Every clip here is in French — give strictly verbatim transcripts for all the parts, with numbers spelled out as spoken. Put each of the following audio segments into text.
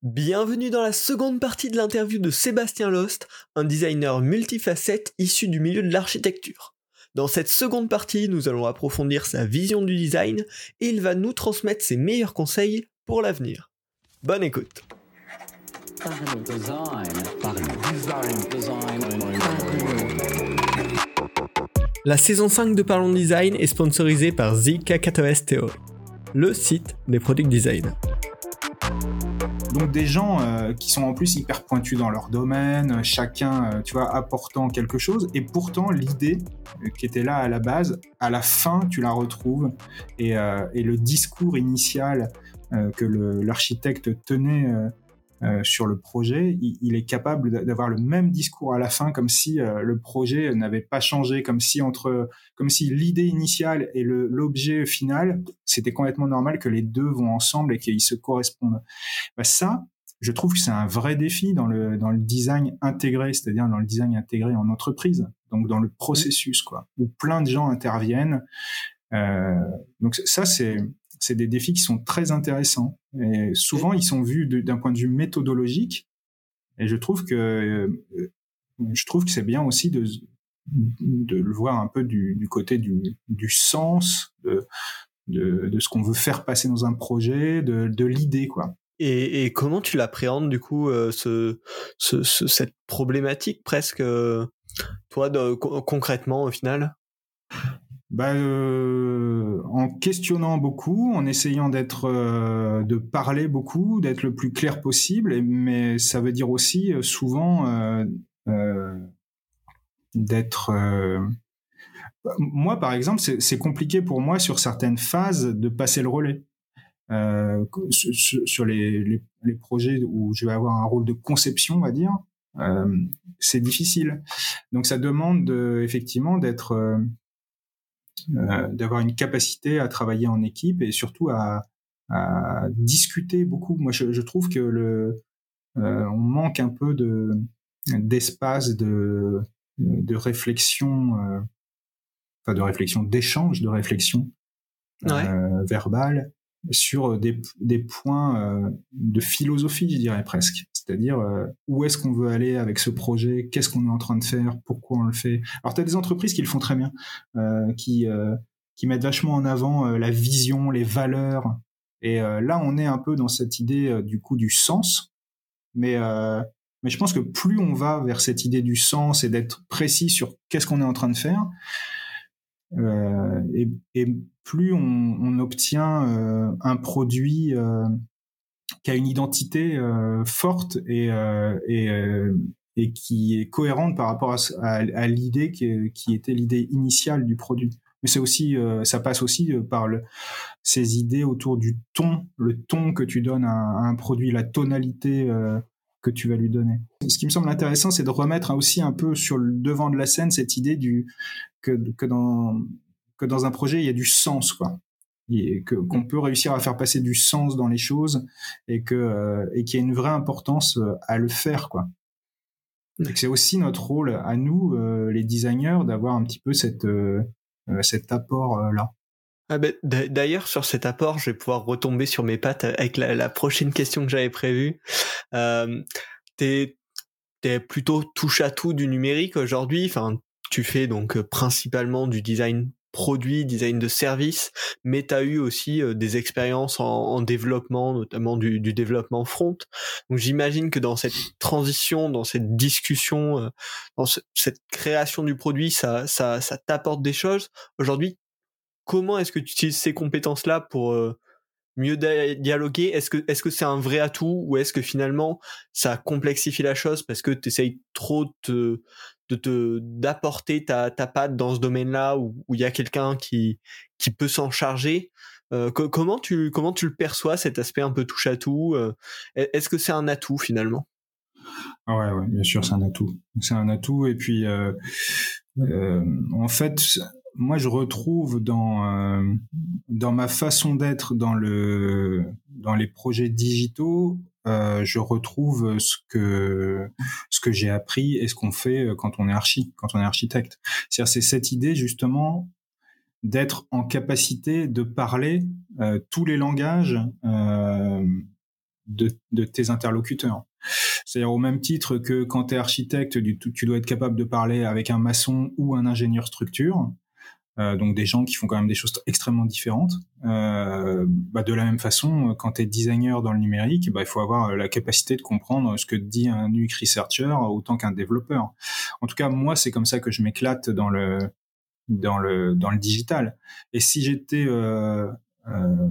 Bienvenue dans la seconde partie de l'interview de Sébastien Lost, un designer multifacette issu du milieu de l'architecture. Dans cette seconde partie, nous allons approfondir sa vision du design et il va nous transmettre ses meilleurs conseils pour l'avenir. Bonne écoute. La saison cinq de Parlons Design est sponsorisée par The Kakatoes Theory, le site des product design. Donc des gens euh, qui sont en plus hyper pointus dans leur domaine, chacun, euh, tu vois, apportant quelque chose, et pourtant l'idée euh, qui était là à la base, à la fin, tu la retrouves, et, euh, et le discours initial euh, que le, l'architecte tenait euh, euh, sur le projet, il, il est capable d'avoir le même discours à la fin, comme si euh, le projet n'avait pas changé, comme si entre, comme si l'idée initiale et le, l'objet final, c'était complètement normal que les deux vont ensemble et qu'ils se correspondent. Bah ça, je trouve que c'est un vrai défi dans le dans le design intégré, c'est-à-dire dans le design intégré en entreprise, donc dans le processus, quoi, où plein de gens interviennent. Euh, donc ça, c'est c'est des défis qui sont très intéressants. Et souvent, ils sont vus de, d'un point de vue méthodologique. Et je trouve que euh, je trouve que c'est bien aussi de de le voir un peu du, du côté du du sens de, de de ce qu'on veut faire passer dans un projet, de de l'idée, quoi. Et, et comment tu l'appréhendes du coup euh, ce, ce, ce, cette problématique presque, euh, toi, de, co- concrètement au final? Bah, euh, en questionnant beaucoup, en essayant d'être, euh, de parler beaucoup, d'être le plus clair possible, et, mais ça veut dire aussi euh, souvent euh, euh, d'être. Euh, moi, par exemple, c'est, c'est compliqué pour moi sur certaines phases de passer le relais. Euh, sur, sur les, les, les projets où je vais avoir un rôle de conception, on va dire, euh, c'est difficile. Donc, ça demande de, effectivement d'être euh, Euh, d'avoir une capacité à travailler en équipe et surtout à, à discuter beaucoup. Moi, je, je trouve que le, euh, on manque un peu de d'espace de de réflexion, euh, enfin de réflexion, d'échange, de réflexion Ouais. euh, verbale sur des, des points euh, de philosophie, je dirais presque. C'est-à-dire euh, où est-ce qu'on veut aller avec ce projet, qu'est-ce qu'on est en train de faire, pourquoi on le fait. Alors, tu as des entreprises qui le font très bien, euh, qui, euh, qui mettent vachement en avant euh, la vision, les valeurs. Et euh, là, on est un peu dans cette idée euh, du coup du sens. Mais, euh, mais je pense que plus on va vers cette idée du sens et d'être précis sur qu'est-ce qu'on est en train de faire, euh, et, et plus on, on obtient euh, un produit euh, qui a une identité euh, forte et, euh, et, euh, et qui est cohérente par rapport à, à, à l'idée qui, qui était l'idée initiale du produit. Mais c'est aussi, euh, ça passe aussi euh, par le, ces idées autour du ton, le ton que tu donnes à, à un produit, la tonalité euh, que tu vas lui donner. Ce qui me semble intéressant, c'est de remettre aussi un peu sur le devant de la scène cette idée du que, que dans que dans un projet il y a du sens, quoi, et que qu'on peut réussir à faire passer du sens dans les choses et que euh, et qu'il y a une vraie importance à le faire, quoi. Et que c'est aussi notre rôle à nous, euh, les designers, d'avoir un petit peu cette euh, cet apport euh, là. Ah ben, d'ailleurs, sur cet apport, je vais pouvoir retomber sur mes pattes avec la, la prochaine question que j'avais prévue. Euh, t'es, t'es plutôt touche à tout du numérique aujourd'hui. Enfin, tu fais donc euh, principalement du design produit, design de service, mais tu as eu aussi euh, des expériences en, en développement, notamment du, du développement front. Donc j'imagine que dans cette transition, dans cette discussion, euh, dans ce, cette création du produit, ça, ça, ça t'apporte des choses. Aujourd'hui, comment est-ce que tu utilises ces compétences-là pour euh, mieux di- dialoguer? Est-ce que est-ce que c'est un vrai atout ou est-ce que finalement ça complexifie la chose parce que tu essayes trop de te, de te d'apporter ta ta patte dans ce domaine-là où où il y a quelqu'un qui qui peut s'en charger? Euh, co- comment tu comment tu le perçois, cet aspect un peu touche à tout? euh, Est-ce que c'est un atout finalement? Ah ouais, ouais, bien sûr, c'est un atout. C'est un atout. Et puis, euh, euh, en fait, moi, je retrouve dans euh, dans ma façon d'être dans le dans les projets digitaux, euh, je retrouve ce que ce que j'ai appris et ce qu'on fait quand on est archi, quand on est architecte. C'est-à-dire, c'est cette idée justement d'être en capacité de parler euh, tous les langages. Euh, de, de tes interlocuteurs. C'est-à-dire au même titre que quand tu es architecte, tu dois être capable de parler avec un maçon ou un ingénieur structure, euh, donc des gens qui font quand même des choses extrêmement différentes. Euh, bah de la même façon, quand tu es designer dans le numérique, bah il faut avoir la capacité de comprendre ce que dit un U X researcher autant qu'un développeur. En tout cas, moi, c'est comme ça que je m'éclate dans le dans le dans le digital. Et si j'étais euh, euh,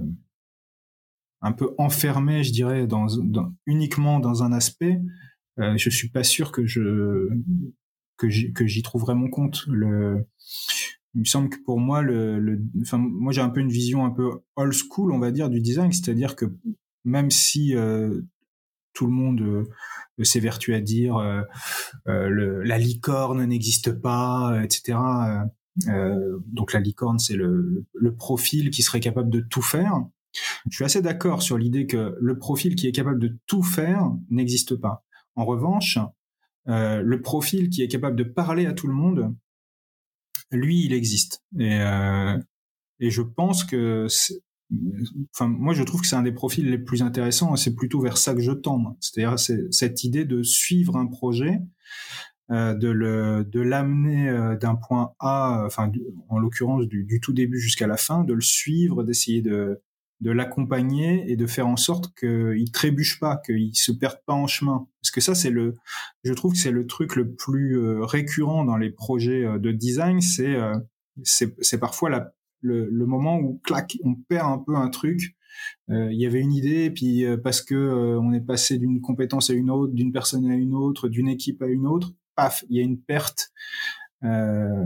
un peu enfermé, je dirais, dans, dans uniquement dans un aspect, euh, je suis pas sûr que je que j'y, que j'y trouverais mon compte. Le, il me semble que pour moi, le, le, enfin, moi j'ai un peu une vision un peu old school, on va dire, du design, c'est-à-dire que même si euh, tout le monde euh, s'évertue à dire euh, euh, le, la licorne n'existe pas, et cetera. Euh, donc la licorne, c'est le, le profil qui serait capable de tout faire. Je suis assez d'accord sur l'idée que le profil qui est capable de tout faire n'existe pas. En revanche, euh, le profil qui est capable de parler à tout le monde, lui, il existe. Et, euh, et je pense que, enfin, moi, je trouve que c'est un des profils les plus intéressants. Et c'est plutôt vers ça que je tends. C'est-à-dire c'est cette idée de suivre un projet, euh, de le, de l'amener euh, d'un point A, enfin, du, en l'occurrence du, du tout début jusqu'à la fin, de le suivre, d'essayer de de l'accompagner et de faire en sorte qu'il trébuche pas, qu'il se perde pas en chemin. Parce que ça, c'est le, je trouve que c'est le truc le plus euh, récurrent dans les projets euh, de design, c'est, euh, c'est, c'est parfois la, le, le moment où, clac, on perd un peu un truc. Euh, il y avait une idée, et puis euh, parce que euh, on est passé d'une compétence à une autre, d'une personne à une autre, d'une équipe à une autre, paf, il y a une perte. Euh,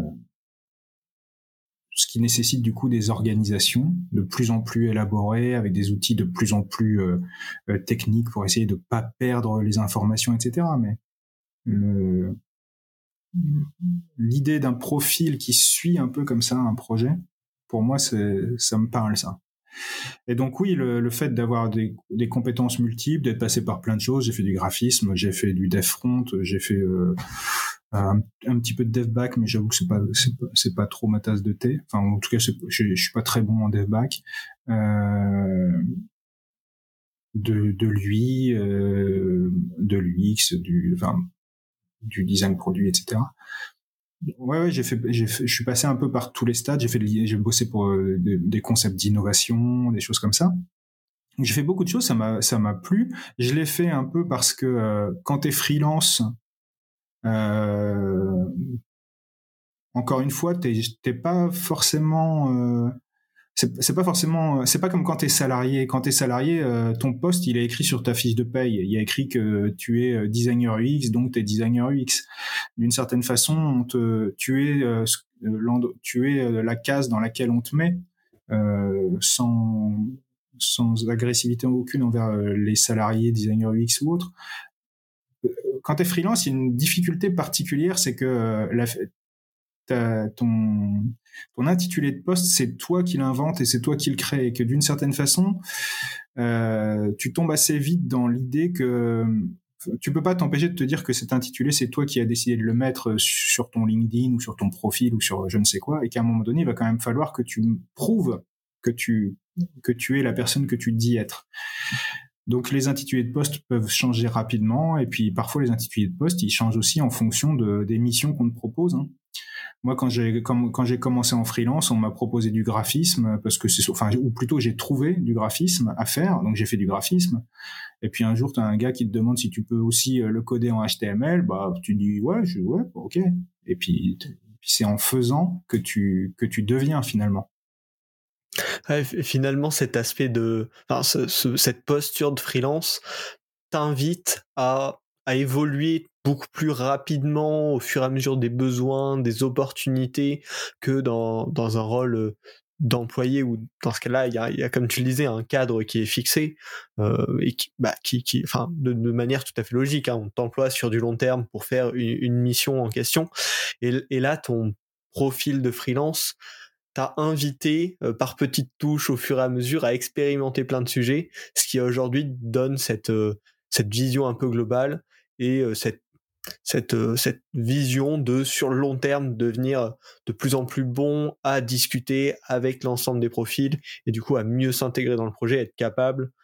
ce qui nécessite du coup des organisations de plus en plus élaborées, avec des outils de plus en plus euh, euh, techniques pour essayer de pas perdre les informations, et cetera. Mais le, l'idée d'un profil qui suit un peu comme ça un projet, pour moi, c'est, ça me parle ça. Et donc oui, le, le fait d'avoir des, des compétences multiples, d'être passé par plein de choses, j'ai fait du graphisme, j'ai fait du dev front, j'ai fait euh, un, un petit peu de dev back, mais j'avoue que c'est pas c'est pas, c'est pas trop ma tasse de thé. Enfin, en tout cas, c'est, je, je suis pas très bon en dev back. Euh, de de l'U I, euh, de l'U X, du enfin du design produit, et cetera. Ouais, ouais, j'ai fait, j'ai fait, je suis passé un peu par tous les stades. J'ai fait, j'ai bossé pour euh, des, des concepts d'innovation, des choses comme ça. J'ai fait beaucoup de choses, ça m'a, ça m'a plu. Je l'ai fait un peu parce que euh, quand t'es freelance, euh, encore une fois, t'es, t'es pas forcément, euh, c'est, c'est pas forcément, c'est pas comme quand t'es salarié. Quand t'es salarié, euh, ton poste, il est écrit sur ta fiche de paye. Il y a écrit que tu es designer U X, donc t'es designer U X. D'une certaine façon, on te, tu es, euh, tu es la case dans laquelle on te met, euh, sans, sans agressivité aucune envers les salariés, designers U X ou autres. Quand t'es freelance, il y a une difficulté particulière, c'est que la, ta, ton, ton intitulé de poste, c'est toi qui l'invente et c'est toi qui le crée. Et que d'une certaine façon, euh, tu tombes assez vite dans l'idée que tu peux pas t'empêcher de te dire que cet intitulé, c'est toi qui as décidé de le mettre sur ton LinkedIn ou sur ton profil ou sur je ne sais quoi, et qu'à un moment donné, il va quand même falloir que tu prouves que tu, que tu es la personne que tu dis être. Donc les intitulés de poste peuvent changer rapidement, et puis parfois les intitulés de poste, ils changent aussi en fonction de, des missions qu'on te propose, hein. Moi, quand j'ai quand, quand j'ai commencé en freelance, on m'a proposé du graphisme parce que c'est, enfin, ou plutôt j'ai trouvé du graphisme à faire, donc j'ai fait du graphisme. Et puis un jour, t'as un gars qui te demande si tu peux aussi le coder en H T M L, bah tu dis ouais, je, ouais, ok. Et puis, puis c'est en faisant que tu que tu deviens finalement. Ouais, finalement, cet aspect de, enfin, ce, ce, cette posture de freelance t'invite à à évoluer beaucoup plus rapidement au fur et à mesure des besoins, des opportunités, que dans, dans un rôle d'employé où, dans ce cas-là, il y a, il y a, comme tu le disais, un cadre qui est fixé, euh, et qui, bah, qui, qui, enfin, de, de manière tout à fait logique, hein, on t'emploie sur du long terme pour faire une, une mission en question. Et, et là, ton profil de freelance t'a invité euh, par petites touches au fur et à mesure à expérimenter plein de sujets, ce qui aujourd'hui donne cette, euh, cette vision un peu globale et euh, cette, cette, euh, cette vision de, sur le long terme, devenir de plus en plus bon à discuter avec l'ensemble des profils et du coup à mieux s'intégrer dans le projet, être capable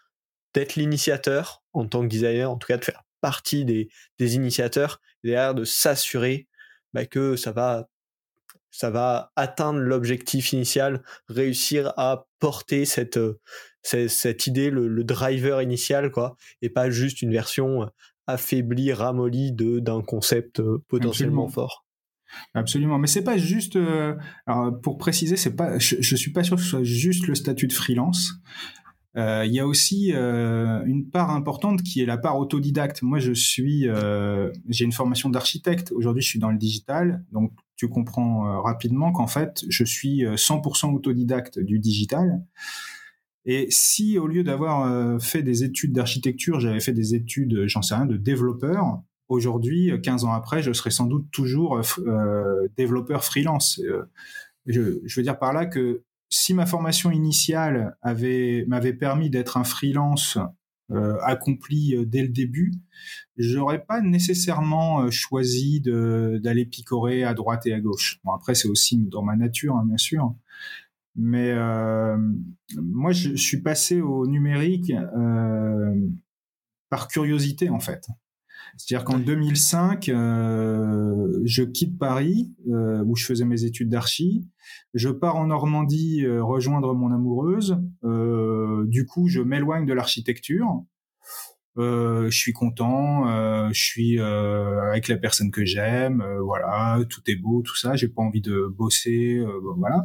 d'être l'initiateur en tant que designer, en tout cas de faire partie des, des initiateurs, et derrière de s'assurer bah, que ça va, ça va atteindre l'objectif initial, réussir à porter cette, cette, cette idée, le, le driver initial, quoi, et pas juste une version affaiblie, ramollie de, d'un concept potentiellement Absolument. fort. Absolument, mais c'est pas juste. Euh, alors pour préciser, c'est pas. Je, je suis pas sûr que ce soit juste le statut de freelance. Euh, il y a aussi euh, une part importante qui est la part autodidacte. Moi, je suis, euh, j'ai une formation d'architecte. Aujourd'hui, je suis dans le digital, donc tu comprends euh, rapidement qu'en fait, je suis cent pour cent autodidacte du digital. Et si au lieu d'avoir euh, fait des études d'architecture, j'avais fait des études, j'en sais rien, de développeur, aujourd'hui, quinze ans après, je serais sans doute toujours euh, développeur freelance. Euh, je, je veux dire par là que si ma formation initiale avait, m'avait permis d'être un freelance euh, accompli euh, dès le début, j'aurais pas nécessairement euh, choisi de, d'aller picorer à droite et à gauche. Bon, après, c'est aussi dans ma nature, hein, bien sûr. Mais euh, moi, je, je suis passé au numérique euh, par curiosité, en fait. C'est-à-dire qu'en deux mille cinq, euh, je quitte Paris, euh, où je faisais mes études d'archi. Je pars en Normandie euh, rejoindre mon amoureuse. Euh, du coup, je m'éloigne de l'architecture. Euh, je suis content, euh, je suis euh, avec la personne que j'aime. Euh, voilà, tout est beau, tout ça. J'ai pas envie de bosser. Euh, bon, voilà.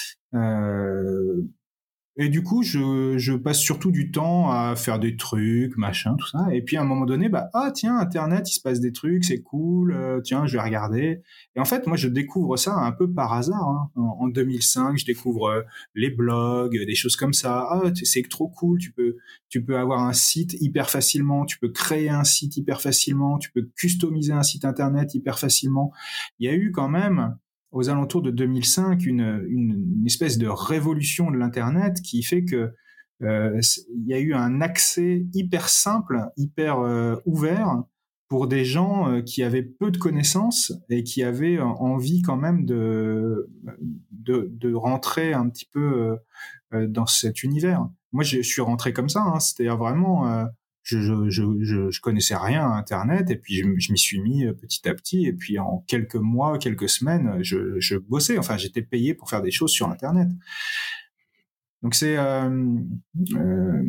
Euh, Et du coup, je, je passe surtout du temps à faire des trucs, machin, tout ça. Et puis à un moment donné, bah ah tiens, Internet, il se passe des trucs, c'est cool. Euh, tiens, je vais regarder. Et en fait, moi, je découvre ça un peu par hasard. Hein. En, en deux mille cinq, je découvre euh, les blogs, des choses comme ça. Ah, c'est trop cool. Tu peux, tu peux avoir un site hyper facilement. Tu peux créer un site hyper facilement. Tu peux customiser un site Internet hyper facilement. Il y a eu quand même, aux alentours de deux mille cinq, une, une, une espèce de révolution de l'Internet qui fait que euh, il y a eu un accès hyper simple, hyper euh, ouvert pour des gens euh, qui avaient peu de connaissances et qui avaient euh, envie quand même de, de, de rentrer un petit peu euh, dans cet univers. Moi, je suis rentré comme ça, hein, c'est-à-dire vraiment... Euh, Je, je, je, je connaissais rien à Internet et puis je, je m'y suis mis petit à petit et puis en quelques mois, quelques semaines, je, je bossais. Enfin, j'étais payé pour faire des choses sur Internet. Donc c'est euh, euh,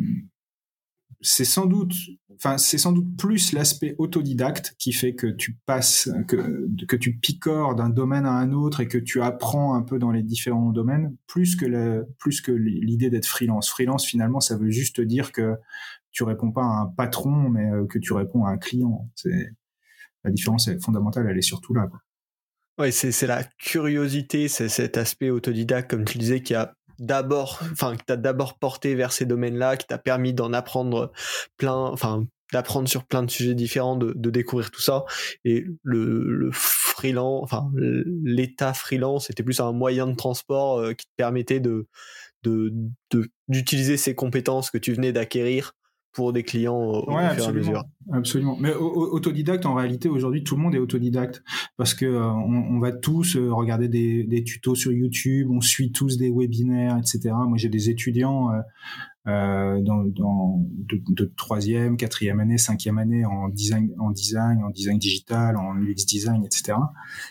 c'est sans doute, enfin c'est sans doute plus l'aspect autodidacte qui fait que tu passes, que que tu picores d'un domaine à un autre et que tu apprends un peu dans les différents domaines, plus que le, plus que l'idée d'être freelance. Freelance finalement, ça veut juste dire que tu réponds pas à un patron, mais que tu réponds à un client. C'est la différence est fondamentale, elle est surtout là, quoi. Ouais, c'est c'est la curiosité, c'est cet aspect autodidacte, comme tu disais, qui a d'abord, enfin, qui t'a d'abord porté vers ces domaines-là, qui t'a permis d'en apprendre plein, enfin, d'apprendre sur plein de sujets différents, de, de découvrir tout ça. Et le, le freelance, enfin, l'état freelance, c'était plus un moyen de transport euh, qui te permettait de, de, de, d'utiliser ces compétences que tu venais d'acquérir pour des clients au, Ouais, au fur et à mesure. Absolument. Mais autodidacte, en réalité, aujourd'hui, tout le monde est autodidacte parce que euh, on, on va tous euh, regarder des, des tutos sur YouTube, on suit tous des webinaires, et cetera. Moi, j'ai des étudiants euh, euh, dans, dans de, de troisième, quatrième année, cinquième année en design, en design, en design digital, en U X design, et cetera.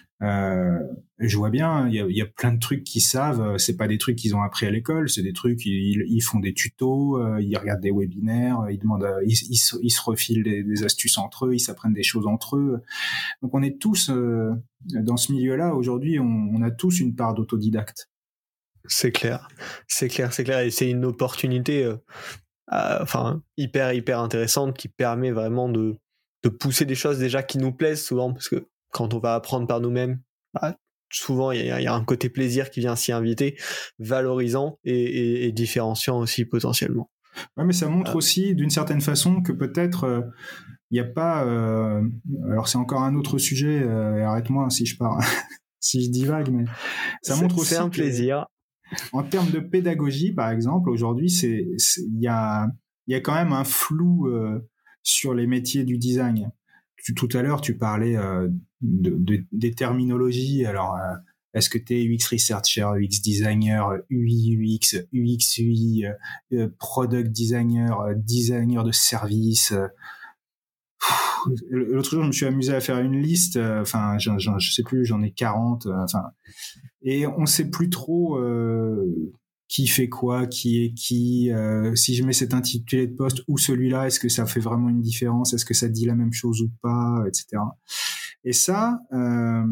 Euh, je vois bien, il y a, il y a plein de trucs qu'ils savent. C'est pas des trucs qu'ils ont appris à l'école, c'est des trucs ils, ils font des tutos, euh, ils regardent des webinaires, ils demandent, à, ils, ils, se, ils se refilent des, des astuces entre eux, ils s'apprennent des choses entre eux. Donc on est tous euh, dans ce milieu-là aujourd'hui, on, on a tous une part d'autodidacte. C'est clair, c'est clair, c'est clair, et c'est une opportunité, euh, euh, enfin hyper hyper intéressante qui permet vraiment de de pousser des choses déjà qui nous plaisent souvent, parce que quand on va apprendre par nous-mêmes, bah, souvent il y, y a un côté plaisir qui vient s'y inviter, valorisant et, et, et différenciant aussi potentiellement. Ouais, mais ça montre euh, aussi d'une certaine façon que peut-être euh, il n'y a pas. Euh, alors c'est encore un autre sujet. Euh, et arrête-moi si je pars, si je divague, mais ça montre aussi. C'est un plaisir. Que, en termes de pédagogie, par exemple, aujourd'hui, c'est il y a il y a quand même un flou euh, sur les métiers du design. Tu, tout à l'heure, tu parlais euh, de, de, des terminologies. Alors est-ce que tu es U X researcher, U X designer, U I U X, U X U I, euh, product designer, euh, designer de service. euh, L'autre jour, je me suis amusé à faire une liste. Enfin, euh, je sais plus, j'en ai quarante. Enfin, euh, et on sait plus trop euh, qui fait quoi, qui est qui. Euh, si je mets cet intitulé de poste ou celui-là, est-ce que ça fait vraiment une différence? Est-ce que ça dit la même chose ou pas, et cetera. Et ça, euh,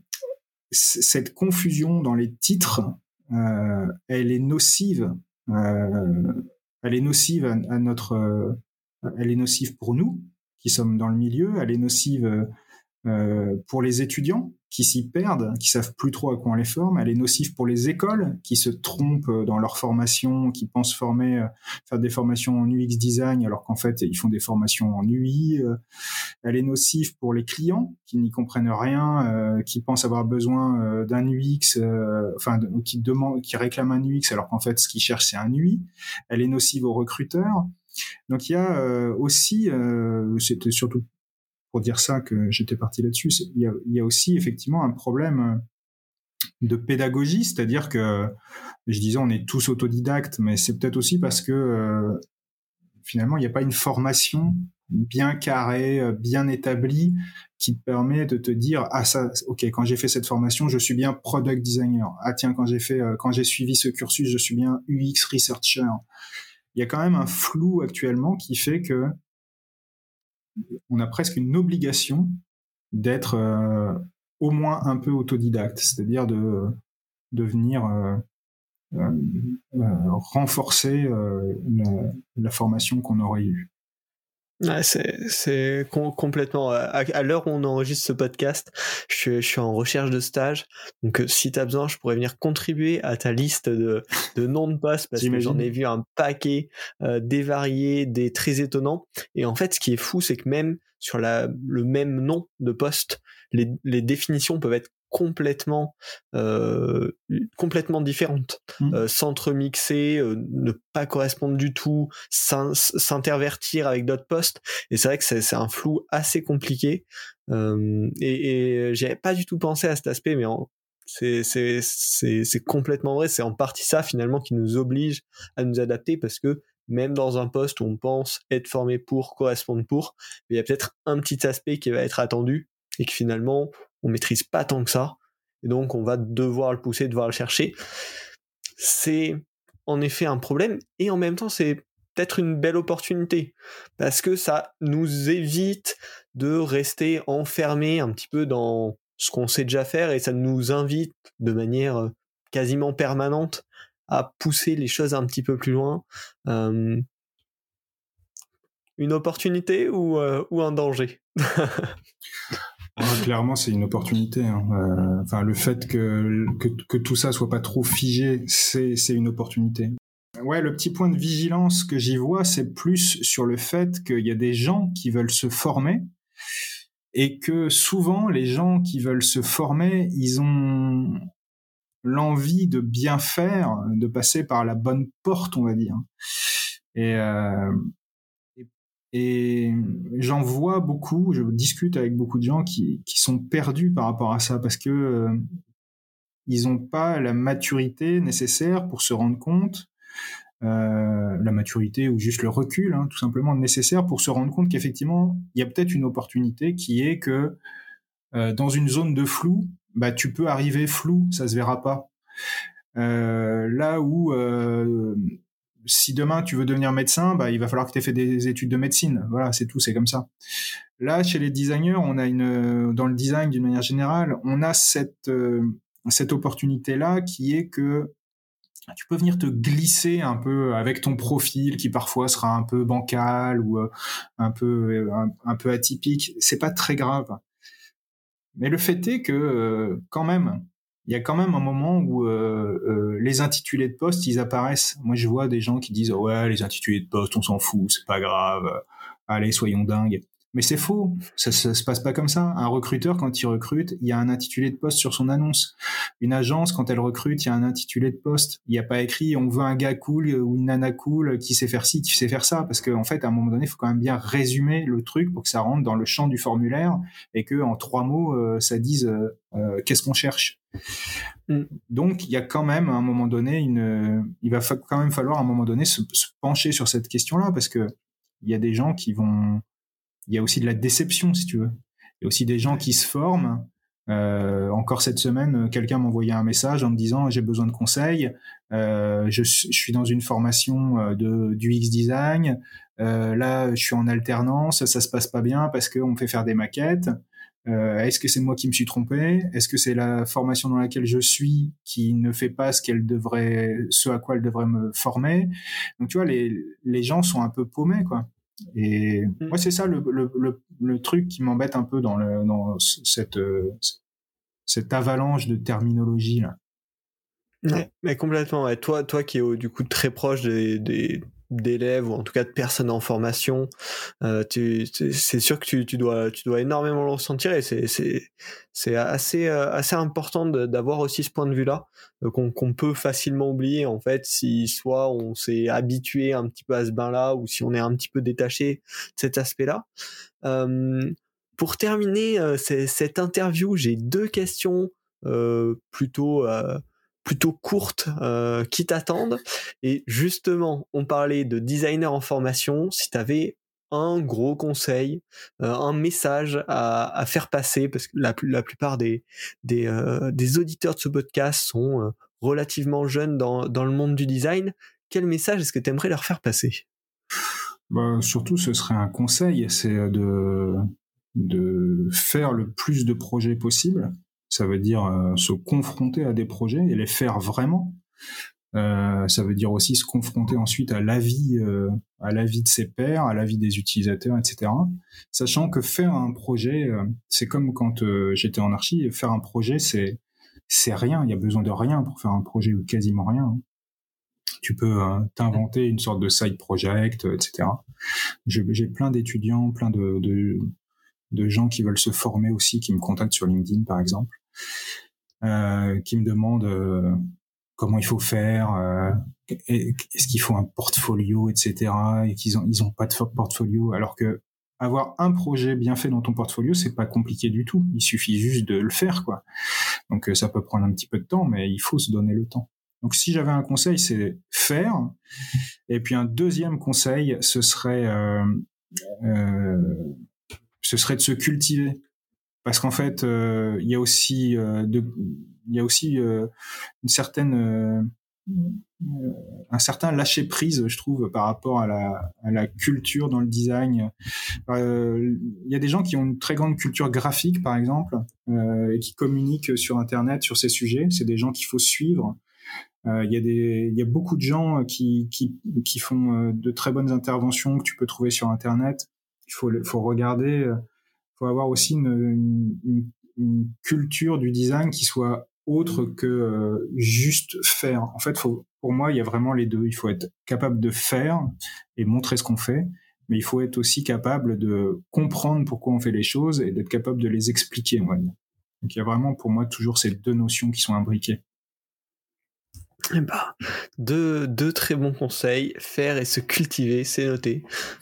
cette confusion dans les titres, euh, elle est nocive. Euh, elle est nocive à, à notre. Euh, elle est nocive pour nous qui sommes dans le milieu. Elle est nocive euh, pour les étudiants qui s'y perdent, qui savent plus trop à quoi on les forme. Elle est nocive pour les écoles qui se trompent dans leur formation, qui pensent former, euh, faire des formations en U X design alors qu'en fait ils font des formations en U I. Euh, elle est nocive pour les clients qui n'y comprennent rien, euh, qui pensent avoir besoin euh, d'un U X, euh, enfin de, qui demandent, qui réclament un U X alors qu'en fait ce qu'ils cherchent c'est un U I. Elle est nocive aux recruteurs. Donc il y a euh, aussi, euh, c'était surtout pour dire ça que j'étais parti là-dessus, il y a, il y a aussi effectivement un problème de pédagogie, c'est-à-dire que, je disais, on est tous autodidactes, mais c'est peut-être aussi parce que euh, finalement, il n'y a pas une formation bien carrée, bien établie, qui te permet de te dire, ah ça, ok, quand j'ai fait cette formation, je suis bien product designer. Ah tiens, quand j'ai fait, quand j'ai suivi ce cursus, je suis bien U X researcher. Il y a quand même un flou actuellement qui fait que on a presque une obligation d'être euh, au moins un peu autodidacte, c'est-à-dire de, de venir euh, euh, euh, renforcer euh, la, la formation qu'on aurait eue. Ouais, c'est, c'est com- complètement. À, à l'heure où on enregistre ce podcast, je, je suis en recherche de stage. Donc, euh, si tu as besoin, je pourrais venir contribuer à ta liste de, de noms de postes parce J'imagine. que j'en ai vu un paquet, euh, des variés, des très étonnants. Et en fait, ce qui est fou, c'est que même sur la, le même nom de poste, les, les définitions peuvent être complètement euh, complètement différentes, mmh. euh, s'entremixer, euh, ne pas correspondre du tout, s'intervertir avec d'autres postes, et c'est vrai que c'est, c'est un flou assez compliqué, euh, et, et j'avais pas du tout pensé à cet aspect, mais en, c'est, c'est, c'est, c'est complètement vrai, c'est en partie ça finalement qui nous oblige à nous adapter, parce que même dans un poste où on pense être formé pour, correspondre pour, il y a peut-être un petit aspect qui va être attendu, et que finalement on maîtrise pas tant que ça, et donc on va devoir le pousser, devoir le chercher. C'est en effet un problème, et en même temps c'est peut-être une belle opportunité, parce que ça nous évite de rester enfermés un petit peu dans ce qu'on sait déjà faire, et ça nous invite de manière quasiment permanente à pousser les choses un petit peu plus loin. Euh, une opportunité ou, euh, ou un danger? Ah, clairement, c'est une opportunité. Hein. Euh, enfin, le fait que, que que tout ça soit pas trop figé, c'est c'est une opportunité. Ouais, le petit point de vigilance que j'y vois, c'est plus sur le fait qu'il y a des gens qui veulent se former et que souvent les gens qui veulent se former, ils ont l'envie de bien faire, de passer par la bonne porte, on va dire. Et euh, Et j'en vois beaucoup, je discute avec beaucoup de gens qui, qui sont perdus par rapport à ça parce que euh, ils n'ont pas la maturité nécessaire pour se rendre compte, euh, la maturité ou juste le recul, hein, tout simplement nécessaire pour se rendre compte qu'effectivement, il y a peut-être une opportunité qui est que euh, dans une zone de flou, bah, tu peux arriver flou, ça se verra pas. Euh, là où euh, si demain tu veux devenir médecin, bah, il va falloir que tu aies fait des études de médecine. Voilà, c'est tout, c'est comme ça. Là, chez les designers, on a une, dans le design d'une manière générale, on a cette, euh, cette opportunité-là qui est que tu peux venir te glisser un peu avec ton profil qui parfois sera un peu bancal ou euh, un peu, un, un peu atypique. C'est pas très grave. Mais le fait est que, euh, quand même, il y a quand même un moment où euh, euh, les intitulés de poste, ils apparaissent. Moi, je vois des gens qui disent oh, « Ouais, les intitulés de poste, on s'en fout, c'est pas grave. Allez, soyons dingues. » Mais c'est faux, ça, ça se passe pas comme ça. Un recruteur, quand il recrute, il y a un intitulé de poste sur son annonce. Une agence, quand elle recrute, il y a un intitulé de poste. Il n'y a pas écrit on veut un gars cool ou une nana cool qui sait faire ci, qui sait faire ça, parce qu'en en fait, à un moment donné, il faut quand même bien résumer le truc pour que ça rentre dans le champ du formulaire et que en trois mots, euh, ça dise euh, euh, qu'est-ce qu'on cherche. Mm. Donc, il y a quand même à un moment donné une, il va fa- quand même falloir à un moment donné se, se pencher sur cette question-là, parce que il y a des gens qui vont il y a aussi de la déception, si tu veux. Il y a aussi des gens qui se forment. Euh, encore cette semaine, quelqu'un m'envoyait un message en me disant j'ai besoin de conseils. Euh, je, je suis dans une formation de du U X design. Euh, là, je suis en alternance. Ça se passe pas bien parce qu'on me fait faire des maquettes. Euh, est-ce que c'est moi qui me suis trompé? Est-ce que c'est la formation dans laquelle je suis qui ne fait pas ce qu'elle devrait, ce à quoi elle devrait me former? Donc tu vois, les les gens sont un peu paumés, quoi. Et mmh. moi, c'est ça le, le, le, le truc qui m'embête un peu dans, le, dans cette, euh, cette avalanche de terminologie là. Ouais, mais complètement. Ouais. Toi, toi qui es du coup très proche des, des d'élèves ou en tout cas de personnes en formation, euh, tu, c'est sûr que tu, tu dois, tu dois énormément le ressentir et c'est, c'est, c'est assez, euh, assez important de, d'avoir aussi ce point de vue-là euh, qu'on, qu'on peut facilement oublier en fait si soit on s'est habitué un petit peu à ce bain-là ou si on est un petit peu détaché de cet aspect-là. Euh, pour terminer euh, c'est, cette interview, j'ai deux questions euh, plutôt euh, plutôt courtes euh, qui t'attendent. Et justement, on parlait de designer en formation. Si tu avais un gros conseil, euh, un message à, à faire passer, parce que la, la plupart des, des, euh, des auditeurs de ce podcast sont euh, relativement jeunes dans, dans le monde du design, quel message est-ce que tu aimerais leur faire passer ? Bah, surtout, ce serait un conseil, c'est de, de faire le plus de projets possible. Ça veut dire euh, se confronter à des projets et les faire vraiment. Euh, ça veut dire aussi se confronter ensuite à l'avis, euh, à l'avis de ses pairs, à l'avis des utilisateurs, et cetera. Sachant que faire un projet, euh, c'est comme quand euh, j'étais en archi, faire un projet, c'est c'est rien. Il y a besoin de rien pour faire un projet ou quasiment rien. Hein. Tu peux euh, t'inventer une sorte de side project, et cetera. J'ai, j'ai plein d'étudiants, plein de, de de gens qui veulent se former aussi, qui me contactent sur LinkedIn par exemple, euh, qui me demandent euh, comment il faut faire, euh, est-ce qu'il faut un portfolio, et cetera. Et qu'ils ont ils ont pas de portfolio, alors que avoir un projet bien fait dans ton portfolio, c'est pas compliqué du tout. Il suffit juste de le faire, quoi. Donc ça peut prendre un petit peu de temps, mais il faut se donner le temps. Donc si j'avais un conseil, c'est faire. Et puis un deuxième conseil, ce serait euh, euh, ce serait de se cultiver, parce qu'en fait il euh, y a aussi euh, de il y a aussi euh, une certaine euh, un certain lâcher prise, je trouve, par rapport à la à la culture dans le design. Il euh, y a des gens qui ont une très grande culture graphique, par exemple, euh, et qui communiquent sur Internet sur ces sujets. C'est des gens qu'il faut suivre. Il euh, y a des, il y a beaucoup de gens qui qui qui font de très bonnes interventions que tu peux trouver sur Internet. Il faut faut regarder. Il faut avoir aussi une, une, une culture du design qui soit autre que euh, juste faire. En fait, faut, pour moi, il y a vraiment les deux. Il faut être capable de faire et montrer ce qu'on fait, mais il faut être aussi capable de comprendre pourquoi on fait les choses et d'être capable de les expliquer. Ouais. Donc il y a vraiment pour moi toujours ces deux notions qui sont imbriquées. Eh bah, deux, deux très bons conseils, faire et se cultiver, c'est noté.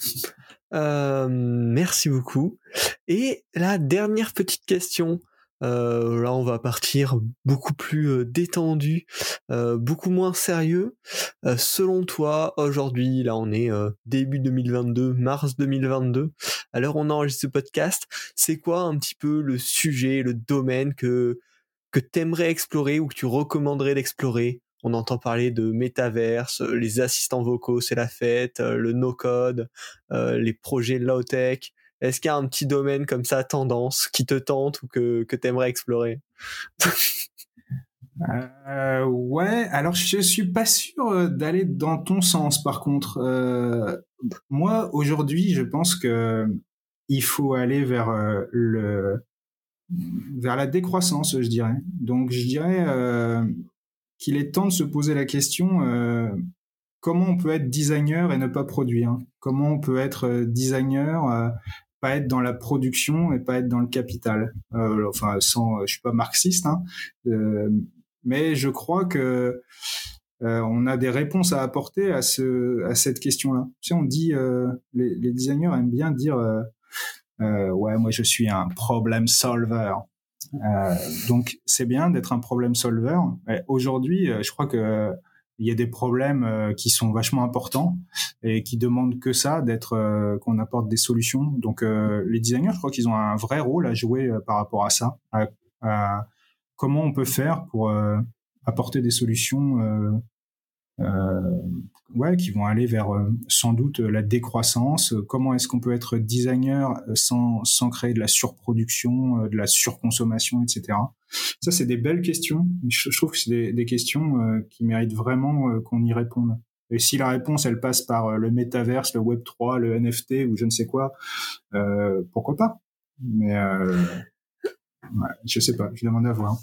Euh, merci beaucoup. Et la dernière petite question, euh, là on va partir beaucoup plus euh, détendu, euh, beaucoup moins sérieux. Euh, selon toi, aujourd'hui, là on est euh, début deux mille vingt-deux, mars deux mille vingt-deux, à l'heure où on enregistre ce podcast, c'est quoi un petit peu le sujet, le domaine que, que t'aimerais explorer ou que tu recommanderais d'explorer? On entend parler de métaverse, les assistants vocaux, c'est la fête, le no-code, euh, les projets low-tech. Est-ce qu'il y a un petit domaine comme ça, tendance, qui te tente ou que, que tu aimerais explorer? euh, Ouais, alors je suis pas sûr d'aller dans ton sens par contre. Euh, moi, aujourd'hui, je pense que il faut aller vers euh, le vers la décroissance, je dirais. Donc je dirais euh, qu'il est temps de se poser la question euh, comment on peut être designer et ne pas produire? Comment on peut être designer euh, pas être dans la production et pas être dans le capital. Euh, enfin, sans, je suis pas marxiste, hein, euh, mais je crois que euh, on a des réponses à apporter à ce, à cette question-là. Tu sais, on dit, euh, les, les designers aiment bien dire, euh, euh, ouais, moi je suis un problem solver. Euh, donc c'est bien d'être un problem solver. Et aujourd'hui, je crois que il y a des problèmes euh, qui sont vachement importants et qui demandent que ça, d'être euh, qu'on apporte des solutions. Donc euh, les designers, je crois qu'ils ont un vrai rôle à jouer euh, par rapport à ça. À, à comment on peut faire pour euh, apporter des solutions euh, euh, ouais, qui vont aller vers euh, sans doute la décroissance. Comment est-ce qu'on peut être designer sans, sans créer de la surproduction, euh, de la surconsommation, et cetera. Ça, c'est des belles questions. Je, je trouve que c'est des, des questions euh, qui méritent vraiment euh, qu'on y réponde. Et si la réponse, elle passe par euh, le métaverse, le web trois, le N F T ou je ne sais quoi, euh, pourquoi pas. Mais euh, ouais, je sais pas, je demande à voir.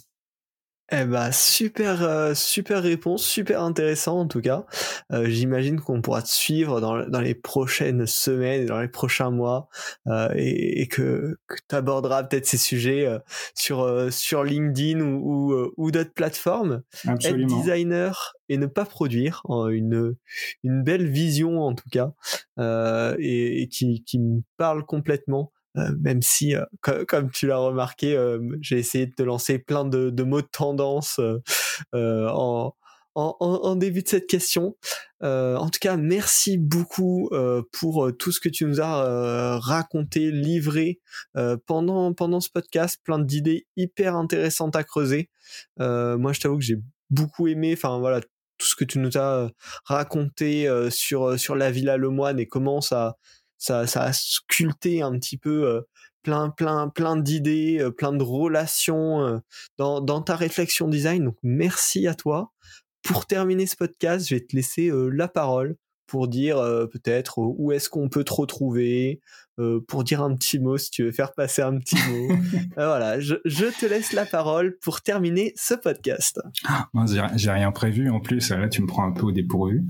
Eh bah super euh, super réponse, super intéressant en tout cas. Euh, j'imagine qu'on pourra te suivre dans, dans les prochaines semaines, dans les prochains mois, euh, et, et que, que tu aborderas peut-être ces sujets euh, sur euh, sur LinkedIn ou ou, euh, ou d'autres plateformes. Absolument. Être designer et ne pas produire, une une belle vision en tout cas, euh, et, et qui qui me parle complètement. Euh, même si, euh, co- comme tu l'as remarqué, euh, j'ai essayé de te lancer plein de, de mots de tendance euh, euh, en, en, en début de cette question. Euh, en tout cas, merci beaucoup euh, pour tout ce que tu nous as euh, raconté, livré euh, pendant, pendant ce podcast. Plein d'idées hyper intéressantes à creuser. Euh, moi, je t'avoue que j'ai beaucoup aimé, enfin voilà, tout ce que tu nous as raconté euh, sur, sur la Villa Lemoine et comment ça... Ça, ça a sculpté un petit peu euh, plein, plein, plein d'idées, euh, plein de relations euh, dans, dans ta réflexion design. Donc, merci à toi. Pour terminer ce podcast, je vais te laisser euh, la parole pour dire euh, peut-être euh, où est-ce qu'on peut te retrouver, euh, pour dire un petit mot si tu veux faire passer un petit mot. euh, voilà, je, je te laisse la parole pour terminer ce podcast. Moi, j'ai, j'ai rien prévu en plus. Là, tu me prends un peu au dépourvu.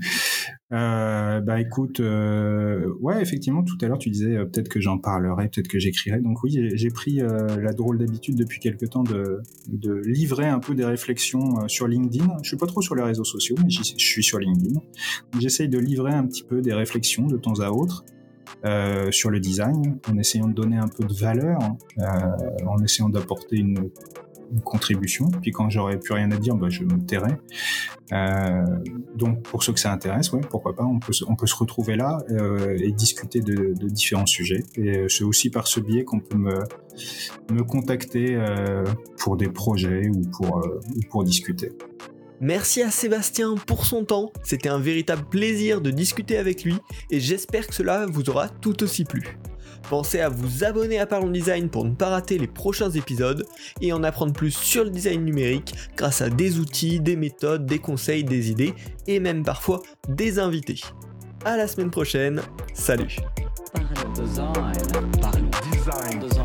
Euh, bah écoute, euh, ouais, effectivement, tout à l'heure tu disais euh, peut-être que j'en parlerai, peut-être que j'écrirai. Donc oui, j'ai, j'ai pris euh, la drôle d'habitude depuis quelque temps de, de livrer un peu des réflexions euh, sur LinkedIn. Je suis pas trop sur les réseaux sociaux, mais je suis sur LinkedIn. Donc, j'essaye de livrer un petit peu des réflexions de temps à autre euh, sur le design, en essayant de donner un peu de valeur, euh, en essayant d'apporter une une contribution, puis quand j'aurai plus rien à dire, bah, je me tairai. Euh, donc pour ceux que ça intéresse, ouais, pourquoi pas, on peut, on peut se retrouver là euh, et discuter de, de différents sujets. Et c'est aussi par ce biais qu'on peut me, me contacter euh, pour des projets ou pour, euh, ou pour discuter. Merci à Sébastien pour son temps, c'était un véritable plaisir de discuter avec lui et j'espère que cela vous aura tout aussi plu. Pensez à vous abonner à Parlons Design pour ne pas rater les prochains épisodes et en apprendre plus sur le design numérique grâce à des outils, des méthodes, des conseils, des idées et même parfois des invités. À la semaine prochaine, salut. Parlons Design. Parlons Design.